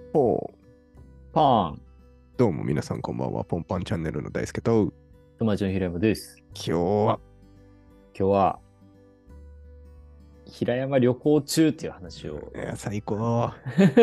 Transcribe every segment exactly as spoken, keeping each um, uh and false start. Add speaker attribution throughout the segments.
Speaker 1: ほう。
Speaker 2: パン。
Speaker 1: どうも皆さんこんばんは。ポンパンチャンネルの大輔と、
Speaker 2: 友達の平山です。
Speaker 1: 今日は、
Speaker 2: 今日は、平山旅行中っていう話を
Speaker 1: いや最高。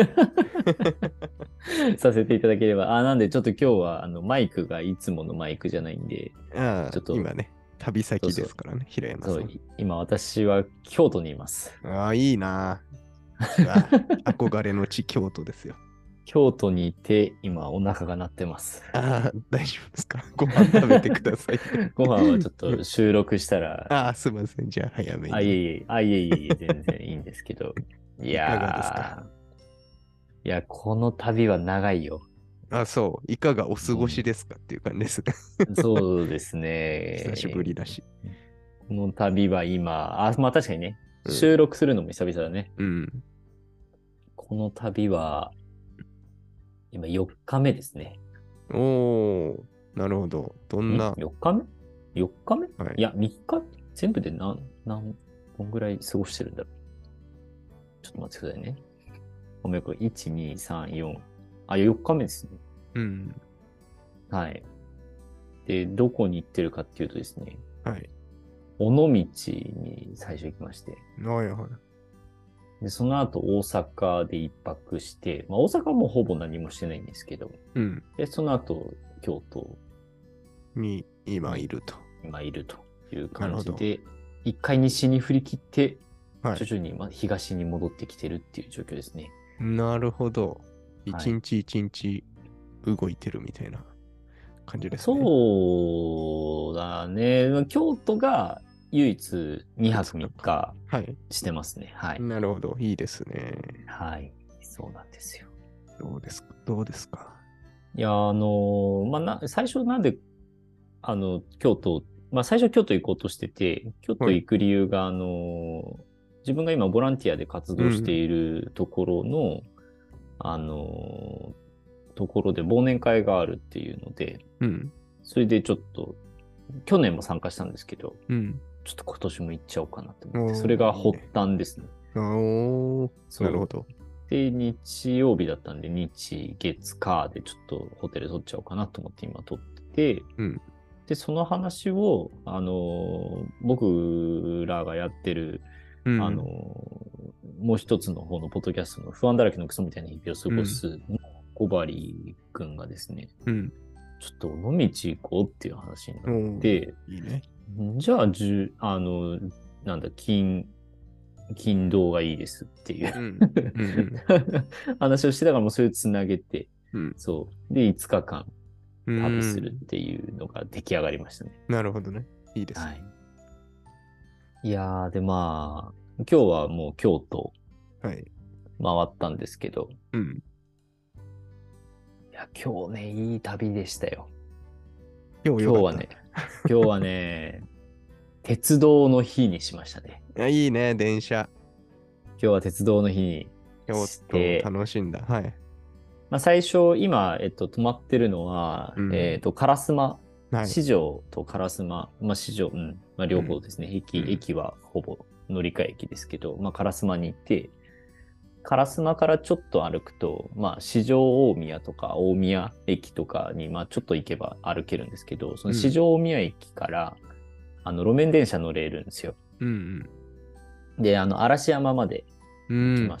Speaker 2: させていただければ。あ、なんでちょっと今日はあのマイクがいつものマイクじゃないんで、
Speaker 1: ああ、
Speaker 2: ちょっと、
Speaker 1: 今ね、旅先
Speaker 2: そうそう、
Speaker 1: ですからね、平山
Speaker 2: そう、
Speaker 1: さん。
Speaker 2: い今私は京都にいます。
Speaker 1: ああ、いいな。うわ、憧れの地、京都ですよ。
Speaker 2: 京都にいて、今お腹が鳴ってます。
Speaker 1: ああ、大丈夫ですか。ご飯食べてください
Speaker 2: ご飯はちょっ
Speaker 1: ね。
Speaker 2: と収録したら、
Speaker 1: ああ、すいません。じゃあ早め
Speaker 2: あ、
Speaker 1: にね。
Speaker 2: いえいえ、あ、いえいえいえ、全然いいんですけど。い
Speaker 1: いかがですか。
Speaker 2: やー、いや、この旅は長いよ。
Speaker 1: あ、そう。いかがお過ごし
Speaker 2: うん
Speaker 1: ですかっていう感じですね。
Speaker 2: そうです
Speaker 1: 久しぶ
Speaker 2: ね。
Speaker 1: りだし。
Speaker 2: この旅は今、あ、まあ確かにね、
Speaker 1: うん。
Speaker 2: 収録するのも久々だね。
Speaker 1: うん。
Speaker 2: この旅は今よっかめですね。
Speaker 1: おー、なるほど。どん
Speaker 2: ん
Speaker 1: な、
Speaker 2: ?よっ 日目？ よっ 日目
Speaker 1: はい。
Speaker 2: いや、みっか全部で何、何本ぐらい過ごしてるんだろう。ちょっと待ってくださいね。ごめん、これいち、に、さん、よん。あ、よっかめですね。
Speaker 1: うん。
Speaker 2: はい。で、どこに行ってるかっていうとですね、
Speaker 1: はい。
Speaker 2: 尾道に最初行きまして、
Speaker 1: はいはい。
Speaker 2: で、その後大阪で一泊して、まあ大阪はもうほぼ何もしてないんですけど、
Speaker 1: うん。
Speaker 2: で、その後京都
Speaker 1: に今い
Speaker 2: に
Speaker 1: ると。
Speaker 2: 今いるという
Speaker 1: なるほど。
Speaker 2: 感じで、一回西に振り切って、
Speaker 1: はい。
Speaker 2: 徐々にまあ東に戻ってきてるっていう状況ですね。
Speaker 1: なるほど。
Speaker 2: はい。
Speaker 1: 一日一日動いてるみたいな感じですね。
Speaker 2: そうだね。京都が唯一2泊3
Speaker 1: 二日か。
Speaker 2: 日
Speaker 1: はい。
Speaker 2: してますね。はい。
Speaker 1: なるほど。いいですね。
Speaker 2: はい。そうなんですよ。
Speaker 1: どうですかどうですか。
Speaker 2: いや、あのまあ、な、最初なんで、あの、京都、まあ、最初京都行こうとしてて、京都
Speaker 1: はい。
Speaker 2: 行く理由が、あの自分が今ボランティアで活動して
Speaker 1: うん。
Speaker 2: いるところの、あのところで忘年会があるっていうので、
Speaker 1: うん。
Speaker 2: それでちょっと、去年も参加したんですけど、
Speaker 1: うん。
Speaker 2: ちょっと今年も行っちゃおうかなと思って、それ
Speaker 1: おー、
Speaker 2: が発
Speaker 1: いいね。
Speaker 2: 端ですね。
Speaker 1: おー、なるほ
Speaker 2: そ
Speaker 1: ど。
Speaker 2: う。で、日曜日だったんで、日、月、火でちょっとホテル取っちゃおうかなと思って今取ってて、
Speaker 1: うん。
Speaker 2: で、その話を、あの、僕らがやってる、あの、
Speaker 1: うん。
Speaker 2: もう一つの方のポッドキャストの不安だらけのクソみたいな日々を過
Speaker 1: うん。
Speaker 2: ごすの小針くんがですね、
Speaker 1: うん。
Speaker 2: ちょっと尾道行こうっていう話になっ
Speaker 1: おー、
Speaker 2: て、
Speaker 1: いいね。
Speaker 2: じゃあ、じゅ、あの、なんだ、金、金土がいいですっていう
Speaker 1: うん。うん。
Speaker 2: 話をしてたからもうそれをつなげて、
Speaker 1: うん。
Speaker 2: そう。で、いつかかん
Speaker 1: う
Speaker 2: 旅するっ
Speaker 1: ん。
Speaker 2: ていうのが出来上がりましたね。
Speaker 1: なるほどね。いいですね。
Speaker 2: はい。いやー、で、まあ、今日はもう京都
Speaker 1: はい。
Speaker 2: 回ったんですけど、
Speaker 1: うん。
Speaker 2: いや、今日ね、いい旅でしたよ。
Speaker 1: 今日よかった。
Speaker 2: 今日はね、今日はね、鉄道の日にしましたね。
Speaker 1: いや、いいね、電車。
Speaker 2: 今日は鉄道の日に
Speaker 1: 京都
Speaker 2: して、
Speaker 1: 楽しんだ。はい。
Speaker 2: まあ、最初、今、えっと、泊まってるのは、
Speaker 1: うん。
Speaker 2: えっと、烏丸、
Speaker 1: はい。
Speaker 2: 四条と烏丸、まあ、四条、うん、まあ、
Speaker 1: うん。
Speaker 2: 両方ですね。駅、
Speaker 1: うん。
Speaker 2: 駅はほぼ乗り換え駅ですけど、まあ、烏丸に行って、烏丸からちょっと歩くと、まあ、四条大宮とか大宮駅とかに、まあ、ちょっと行けば歩けるんですけど、その四
Speaker 1: うん。
Speaker 2: 条大宮駅から、あの、路面電車乗れるんですよ。
Speaker 1: うん。
Speaker 2: で、あの、嵐山まで
Speaker 1: うん。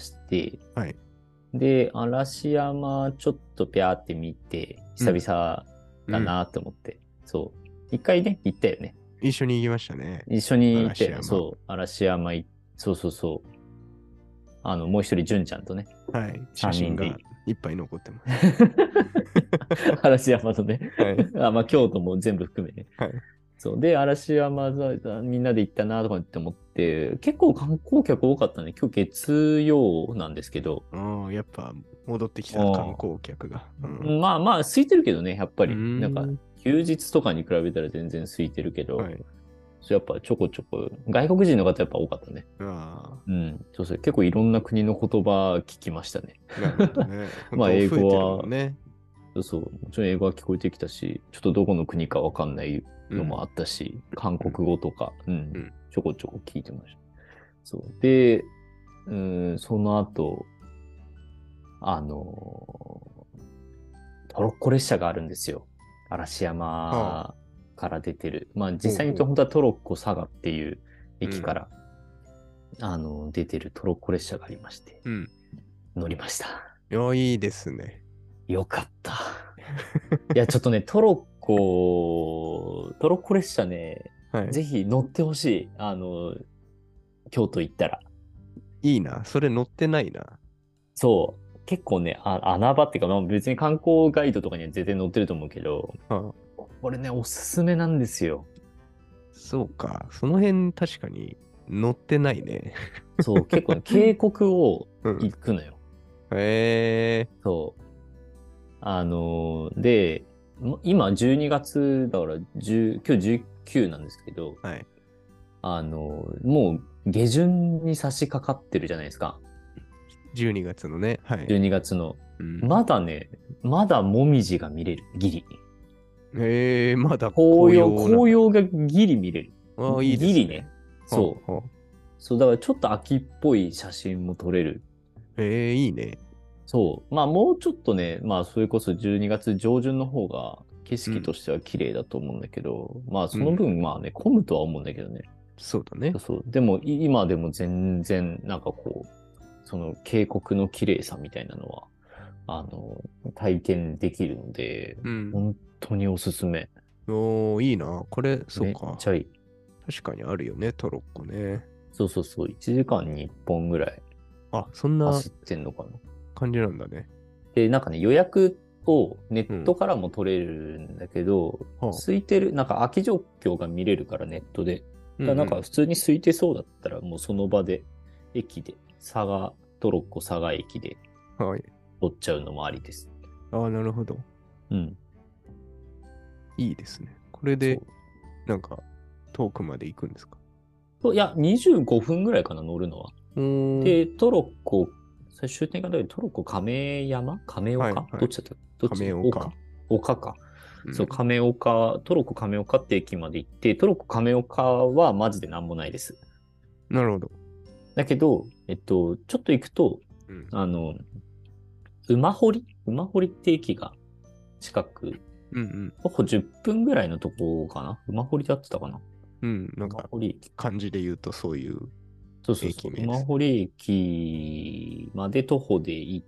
Speaker 2: 行きまして、
Speaker 1: はい。
Speaker 2: で、嵐山ちょっとぴゃーって見て、久
Speaker 1: うん。
Speaker 2: 々だ
Speaker 1: うん。
Speaker 2: なと思って。そう。一回ね、行ったよね。
Speaker 1: 一緒に行きましたね。
Speaker 2: 一緒に行ったよね。
Speaker 1: 嵐山。
Speaker 2: そう。嵐山い、そうそうそう。あの、もう一人、純ちゃんとね、
Speaker 1: はい。写
Speaker 2: 三人で。
Speaker 1: 真がいっぱい残ってます。
Speaker 2: 嵐山のね
Speaker 1: はい。
Speaker 2: あ、まあ、京都も全部含めね。
Speaker 1: はい。
Speaker 2: そう。で、嵐山だみんなで行ったなとかって思って、結構観光客多かったね。今日月曜なんですけど。
Speaker 1: ああ、やっぱ戻ってきた観
Speaker 2: あ
Speaker 1: 光客が。うん。
Speaker 2: まあまあ、空いてるけどね、やっぱ
Speaker 1: うー
Speaker 2: り。なんか、
Speaker 1: ん。
Speaker 2: 休日とかに比べたら全然空いてるけど、
Speaker 1: はい。
Speaker 2: そうやっぱちょこちょこ、外国人の方やっぱ多かったね。
Speaker 1: あ
Speaker 2: うん。そうそう。結構いろんな国の言葉聞きましたね。
Speaker 1: あ、なるほどね。本
Speaker 2: まあ、
Speaker 1: 当
Speaker 2: 英
Speaker 1: 増えてるも
Speaker 2: 語は、
Speaker 1: んね。
Speaker 2: そうそう。もちろん英語は聞こえてきたし、ちょっとどこの国かわかんないのもあ
Speaker 1: うん。
Speaker 2: ったし、韓
Speaker 1: うん。
Speaker 2: 国語とか、うん。
Speaker 1: うん。
Speaker 2: ちょこちょこ聞いてました。そう。で、うん、その後、 あのトロッコ列車があるんですよ。嵐
Speaker 1: あ
Speaker 2: 山
Speaker 1: あ、
Speaker 2: から出てる。まあ実
Speaker 1: ほうほう。
Speaker 2: 際に言うと本当はトロッコ佐賀っていう
Speaker 1: うん。
Speaker 2: 駅から、あの出てるトロッコ列車がありまして、
Speaker 1: うん。
Speaker 2: 乗りました。
Speaker 1: いや、いいですね。
Speaker 2: よかった。いや、ちょっとね、トロッコ、トロッコ列車ね、
Speaker 1: はい。
Speaker 2: ぜひ乗ってほしい。あの、京都行ったら。
Speaker 1: いいな。それ乗ってないな。
Speaker 2: そう。結構ね、あ、穴場っていうか、まあ、別に観光ガイドとかには絶対載ってると思うけど、
Speaker 1: ああ、
Speaker 2: これね、おすすめなんですよ。
Speaker 1: そうか。その辺確かに乗ってないね。
Speaker 2: そう、結構ね、渓谷を
Speaker 1: うん。
Speaker 2: 行くのよ。
Speaker 1: へえ。
Speaker 2: そう。あのーで、も今じゅうにがつだからじゅう、今日じゅうくなんですけど、
Speaker 1: はい。
Speaker 2: あのーもう下旬に差し掛かってるじゃないですか。
Speaker 1: じゅうにがつのね。はい。
Speaker 2: じゅうにがつの。
Speaker 1: うん。
Speaker 2: まだね、まだもみじが見れる。ギリ。
Speaker 1: へえ、まだ紅
Speaker 2: 紅葉、
Speaker 1: 葉なんだ。
Speaker 2: 紅葉がギリ見れる。
Speaker 1: ああ、いいで
Speaker 2: ギリね。
Speaker 1: すね。は
Speaker 2: そう。
Speaker 1: あ、はあ。
Speaker 2: そう、だからちょっと秋っぽい写真も撮れる。
Speaker 1: へえ、いいね。
Speaker 2: そう。まあもうちょっとね、まあそれこそじゅうにがつ上旬の方が景
Speaker 1: うん。
Speaker 2: 色としては綺麗だと思うんだけど、まあその
Speaker 1: うん。
Speaker 2: 分まあね、混むとは思うんだけどね。
Speaker 1: そうだね。
Speaker 2: そうそう。でもい今でも全然なんかこう、その渓谷の綺麗さみたいなのは、あの、体験できるので、
Speaker 1: うん。
Speaker 2: 本当におすすめ。
Speaker 1: おー、いいな。これ、そう
Speaker 2: めっ
Speaker 1: か。
Speaker 2: ちゃいい。
Speaker 1: 確かにあるよね、トロッコね。
Speaker 2: そうそうそう。いちじかんにいっぽんぐらい
Speaker 1: あ、そんな
Speaker 2: 走ってんのかな。
Speaker 1: 感じなんだね。
Speaker 2: で、なんかね、予約をネッ
Speaker 1: うん。
Speaker 2: トからも取れるんだけど、
Speaker 1: はあ。
Speaker 2: 空いてる、なんか空き状況が見れるからネットで。
Speaker 1: うん
Speaker 2: だからなんか普通に空いてそうだったらもうその場で、駅で、佐賀、トロッコ佐賀駅で
Speaker 1: うん。はい。
Speaker 2: 取っちゃうのもありです。
Speaker 1: ああ、なるほど。
Speaker 2: うん。
Speaker 1: いいですね。これで、
Speaker 2: そう。
Speaker 1: なんか、遠くまで行くんですか？
Speaker 2: といや、にじゅうごふんぐらいかな、乗るのは。
Speaker 1: うーん。
Speaker 2: で、トロッコ、最終点がどれトロッコ亀山亀
Speaker 1: はい、
Speaker 2: 岡
Speaker 1: はい。
Speaker 2: どっちだったどっち
Speaker 1: 亀岡。
Speaker 2: 岡岡か。そう、
Speaker 1: うん。
Speaker 2: 亀岡、トロッコ亀岡って駅まで行って、トロッコ亀岡はマジでなんもないです。
Speaker 1: なるほど。
Speaker 2: だけど、えっと、ちょっと行くと、
Speaker 1: うん。
Speaker 2: あの、馬堀馬堀って駅が近く、
Speaker 1: うん、うん。
Speaker 2: 徒歩じゅっぷんぐらいのとこかな馬堀で合ってたかな
Speaker 1: うん。なん
Speaker 2: 馬
Speaker 1: か、
Speaker 2: 堀駅。
Speaker 1: 漢字で言うとそういう
Speaker 2: そうそうそう。
Speaker 1: 駅名です。
Speaker 2: 馬堀駅まで徒歩で行って、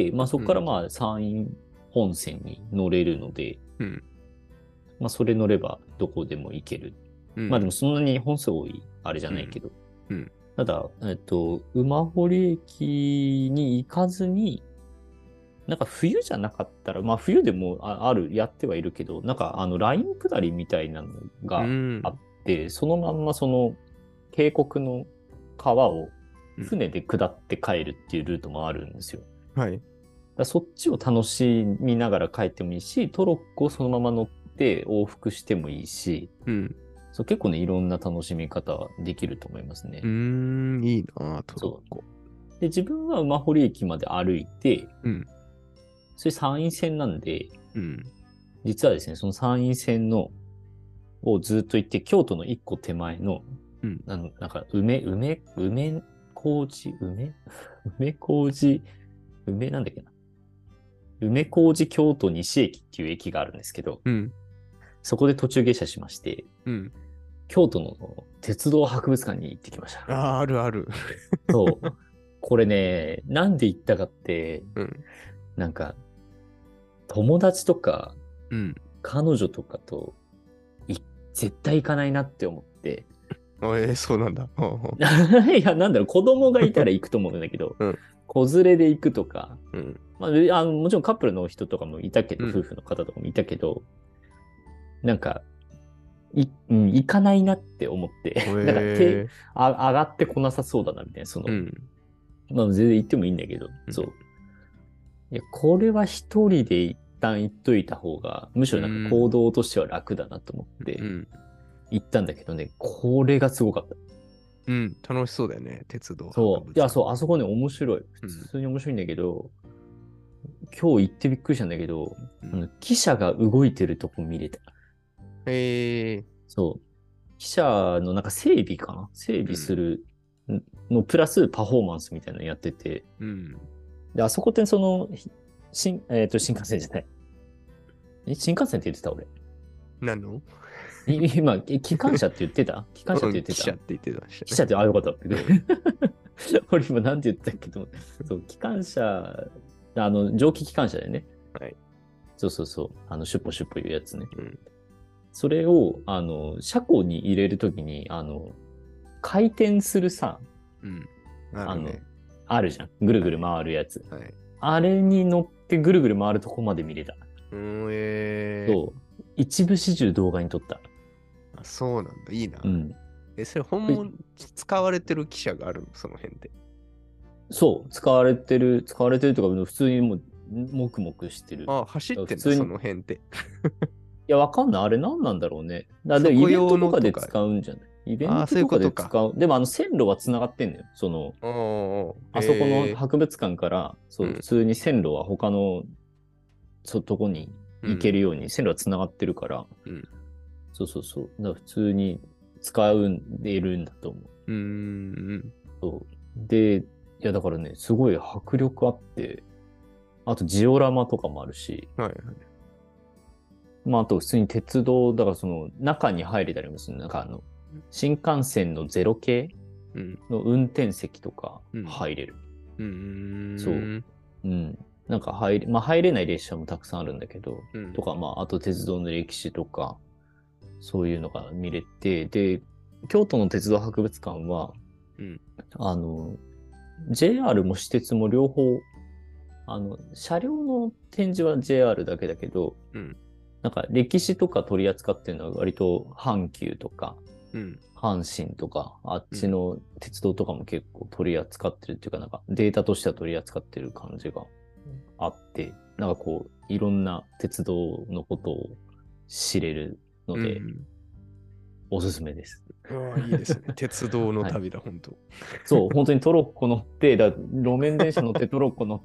Speaker 2: まあそこから
Speaker 1: うん。
Speaker 2: まあ山陰本線に乗れるので、
Speaker 1: うん。
Speaker 2: まあそれ乗ればどこでも行ける。まあでも
Speaker 1: うん。
Speaker 2: そんなに本数多いあれじゃ
Speaker 1: うん。
Speaker 2: ないけど。
Speaker 1: うん。
Speaker 2: ただ、えっと、馬堀駅に行かずに、なんか冬じゃなかったら、まあ冬でもあある、やってはいるけど、なんかあのライン下りみたいなの
Speaker 1: う
Speaker 2: があっ
Speaker 1: ん。
Speaker 2: て、そのまんまその渓谷の川を
Speaker 1: うん。
Speaker 2: 船で下って帰るっていうルートもあるんですよ。だか
Speaker 1: はい。
Speaker 2: らそっちを楽しみながら帰ってもいいし、トロッコをそのまま乗って往復してもいいし、
Speaker 1: うん。
Speaker 2: そう結構ね、いろんな楽しみ方できると思います
Speaker 1: うー
Speaker 2: ね。
Speaker 1: ん。いいな、トロッ
Speaker 2: そう。
Speaker 1: コ。
Speaker 2: で、自分は馬堀駅まで歩いて、
Speaker 1: うん。
Speaker 2: それ山陰線なんで、
Speaker 1: うん。
Speaker 2: 実はですね、その山陰線のをずっと行って、京都の一個手前の、
Speaker 1: うん。
Speaker 2: あの、なんか、梅、梅、梅小路、梅梅小路、梅なんだっけな。梅小路京都西駅っていう駅があるんですけど、
Speaker 1: うん。
Speaker 2: そこで途中下車しまして、
Speaker 1: うん。
Speaker 2: 京都の鉄道博物館に行ってきました。
Speaker 1: ああ、あるある。
Speaker 2: そう。これね、なんで行ったかって、
Speaker 1: うん。
Speaker 2: なんか、友達とか、
Speaker 1: うん。
Speaker 2: 彼女とかと、い絶対行かないなって思って、
Speaker 1: あえー、そうなんだ。ほうほ
Speaker 2: いや、なんだろう、子供がいたら行くと思うんだけど、
Speaker 1: う。うん。
Speaker 2: 子連れで行くとか、
Speaker 1: うん。
Speaker 2: まあ、あのもちろんカップルの人とかもいたけど、夫
Speaker 1: うん。
Speaker 2: 婦の方とかもいたけど、なんか、い、うん、行かないなって思って、なんか手
Speaker 1: え
Speaker 2: あ、上がってこなさそうだな、みたいな、そ
Speaker 1: ー。う
Speaker 2: の、
Speaker 1: ん。
Speaker 2: まあ全然行ってもいいんだけど、
Speaker 1: うん。
Speaker 2: そう。いや、これは一人で一旦行っといた方が、むし
Speaker 1: う
Speaker 2: ろなんか行
Speaker 1: ん。
Speaker 2: 動としては楽だなと思って
Speaker 1: うん。
Speaker 2: 行ったんだけどね、これがすごかった。
Speaker 1: うん。楽しそうだよね。鉄道博
Speaker 2: そう。いや、
Speaker 1: 物館。
Speaker 2: そう、あそこね、面白い。
Speaker 1: うん。
Speaker 2: 普通に面白いんだけど、今日行ってびっくりしたんだけど、
Speaker 1: うん。
Speaker 2: あの汽車が動いてるとこ見れた。
Speaker 1: えー。
Speaker 2: そう。汽車のなんか整備かな整備
Speaker 1: うん。
Speaker 2: するのプラスパフォーマンスみたいなのやってて、
Speaker 1: うん。
Speaker 2: で、あそこってその、ひ新、えっと、新幹線じゃない。え、新幹線って言ってた俺。
Speaker 1: 何の
Speaker 2: い今、え機関車って言ってた機関車って言ってた
Speaker 1: うん記者って言ってましたね。
Speaker 2: 汽車って、あ、よかった。俺今なんて言ったっけど、そう、機関車、あの、蒸気機関車だよね。
Speaker 1: はい。
Speaker 2: そうそうそう。あの、シュッポシュッポいうやつね。
Speaker 1: うん。
Speaker 2: それを、あの、車庫に入れるときに、あの、回転するさ、
Speaker 1: うん。
Speaker 2: あの、
Speaker 1: あるね。
Speaker 2: あるじゃん。ぐるぐる回るやつ。
Speaker 1: はい。
Speaker 2: あれに乗ってぐるぐる回るとこまで見れた。
Speaker 1: うーん、えー。
Speaker 2: そう。一部始終動画に撮った。
Speaker 1: あ、そうなんだ。いいな。
Speaker 2: うん。
Speaker 1: え、それ本物使われてる記者があるのその辺で。
Speaker 2: そう。使われてる、使われてるとか、普通にもう、もくもくしてる。
Speaker 1: あ、走ってんだ、
Speaker 2: 普通に
Speaker 1: その辺で。
Speaker 2: いや、わかんない。あれ何なんだろうね。だで
Speaker 1: そこ
Speaker 2: イベント
Speaker 1: 用の
Speaker 2: とかで
Speaker 1: とか
Speaker 2: 使うんじゃないイベン
Speaker 1: あー
Speaker 2: トとかで
Speaker 1: そういうことか
Speaker 2: 使う。でも、あの、線路は繋がってんのよ。その、
Speaker 1: おーおー
Speaker 2: あそこの
Speaker 1: へー
Speaker 2: 博物館から、そうう、
Speaker 1: ん
Speaker 2: 普通に線路は他の、そう、とこに行けるように、線路は繋がってるから、
Speaker 1: うん
Speaker 2: そうそうそう。だから普通に使うんでいるんだと思う。
Speaker 1: うーん。
Speaker 2: そう。で、いや、だからね、すごい迫力あって、あとジオラマとかもあるし、
Speaker 1: はいはい。
Speaker 2: まあ、あと普通に鉄道、だからその中に入れたりもする。なんかあの、新幹線のゼロ系
Speaker 1: うん。
Speaker 2: の運転席とか
Speaker 1: うん
Speaker 2: 入れる。
Speaker 1: うーん。
Speaker 2: そううん。なんか入れ、まあ入れない列車もたくさんあるんだけど、
Speaker 1: うん
Speaker 2: とか、まあ、あと鉄道の歴史とか、そういうのが見れて、で、京都の鉄道博物館は、
Speaker 1: うん
Speaker 2: あの、ジェイアール も私鉄も両方、あの、車両の展示は ジェイアール だけだけど、
Speaker 1: うん
Speaker 2: なんか歴史とか取り扱ってるのは割と阪急とか
Speaker 1: うん
Speaker 2: 阪神とかあっちの鉄道とかも結構取り扱ってるっていうかなんかデータとしては取り扱ってる感じがあって、なんかこういろんな鉄道のことを知れるので
Speaker 1: うん
Speaker 2: おすすめです。
Speaker 1: うわいいですね。鉄道の
Speaker 2: はい
Speaker 1: 旅だ、本当。
Speaker 2: そう、本当にトロッコ乗って、だ路面電車乗ってトロッコ乗って、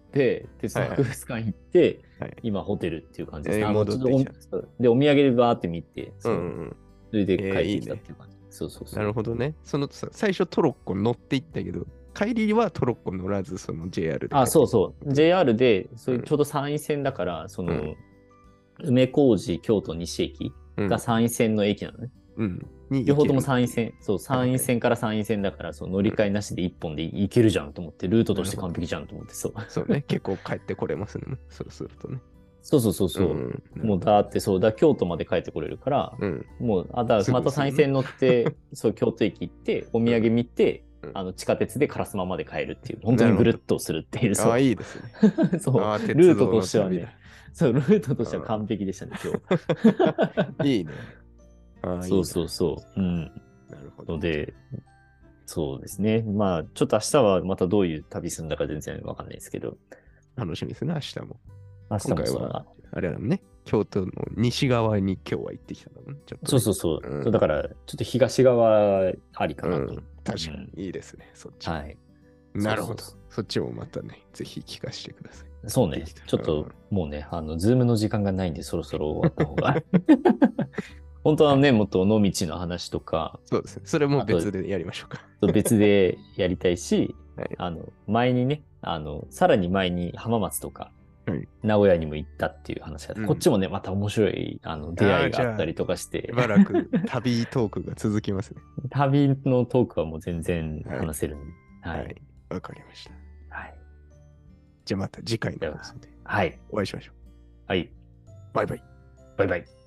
Speaker 2: 鉄道博物館行って、
Speaker 1: はい
Speaker 2: 今ホテルっていう感じです。
Speaker 1: えー
Speaker 2: あの
Speaker 1: 戻ってきた
Speaker 2: ちょっとおで、お土産でバーって見て、
Speaker 1: う
Speaker 2: そう、
Speaker 1: んうん
Speaker 2: それで帰
Speaker 1: えー
Speaker 2: ってきたっていう感じ。そうそうそう。
Speaker 1: なるほどね。そのさ最初トロッコ乗っていったけど、帰りはトロッコ乗らず、その ジェイアール で帰って
Speaker 2: あ、そうそう。ジェイアール で、そういう
Speaker 1: うん
Speaker 2: ちょうど山陰線だから、その、
Speaker 1: うん
Speaker 2: 梅小路、京都西駅
Speaker 1: うん
Speaker 2: が山陰線の駅なのね。
Speaker 1: うん。に
Speaker 2: 両方とも
Speaker 1: 行ける
Speaker 2: 山陰線、そう、山陰線から山陰線だから、そう乗り換えなしで一本で行けるじゃんと思って、ルートとして完璧じゃんと思って、そう。
Speaker 1: そうね。結構帰ってこれますね。そうするとね。
Speaker 2: そうそうそうそう。
Speaker 1: ん
Speaker 2: もうだってそうだ、京都まで帰ってこれるから、
Speaker 1: うん。
Speaker 2: もう、あ、だ
Speaker 1: すぐ
Speaker 2: また山陰線乗って、そう、京都駅行って、お土産見て、
Speaker 1: うん
Speaker 2: あの、地下鉄で烏丸まで帰るっていう、本当にぐるっとするっていう、そう
Speaker 1: ああ、。いいですね。
Speaker 2: そう
Speaker 1: ああ、鉄
Speaker 2: ルート
Speaker 1: 道の
Speaker 2: としてはね
Speaker 1: 旅だ。、
Speaker 2: そう、ルートとしては完璧でしたね、今日。
Speaker 1: いいね。ああ、いいな。
Speaker 2: そうそうそう。うん。
Speaker 1: なるほど。
Speaker 2: ので、そうですね。まあ、ちょっと明日はまたどういう旅するんだか全然わかんないですけど、
Speaker 1: 楽しみですね、明日も。
Speaker 2: 明日
Speaker 1: 今回
Speaker 2: もそうだ
Speaker 1: は、あれだもんね。京都の西側に今日は行ってきたんだもんね。ちょっとね
Speaker 2: そうそうそう。
Speaker 1: うん
Speaker 2: そうだから、ちょっと東側ありかなと。
Speaker 1: うん。確かに、いいですね、そっち。
Speaker 2: はい。
Speaker 1: なるほど
Speaker 2: そうそう。
Speaker 1: そっちもまたね、ぜひ聞かせてください。
Speaker 2: そうね
Speaker 1: できた。
Speaker 2: ちょっと、もうね、あの、ズームの時間がないんで、そろそろ終わった方が。本当はね、もっと尾道の話とか、
Speaker 1: そうですね。それも別でやりましょうか。
Speaker 2: 別でやりたいし、
Speaker 1: はい
Speaker 2: あの、前にね、あの、さらに前に浜松とか、
Speaker 1: はい
Speaker 2: 名古屋にも行ったっていう話があって、
Speaker 1: うん
Speaker 2: こっちもね、また面白い、あの、出会い
Speaker 1: あーじゃあ
Speaker 2: があったりとかして
Speaker 1: し、ばらく旅トークが続きますね。
Speaker 2: 旅のトークはもう全然話せるんで。は。
Speaker 1: はいい。わ、かりました。
Speaker 2: はい。
Speaker 1: じゃあまた次回の放送で
Speaker 2: はい。
Speaker 1: お会いしましょう。
Speaker 2: はい。
Speaker 1: バイバイ。
Speaker 2: バイバイ。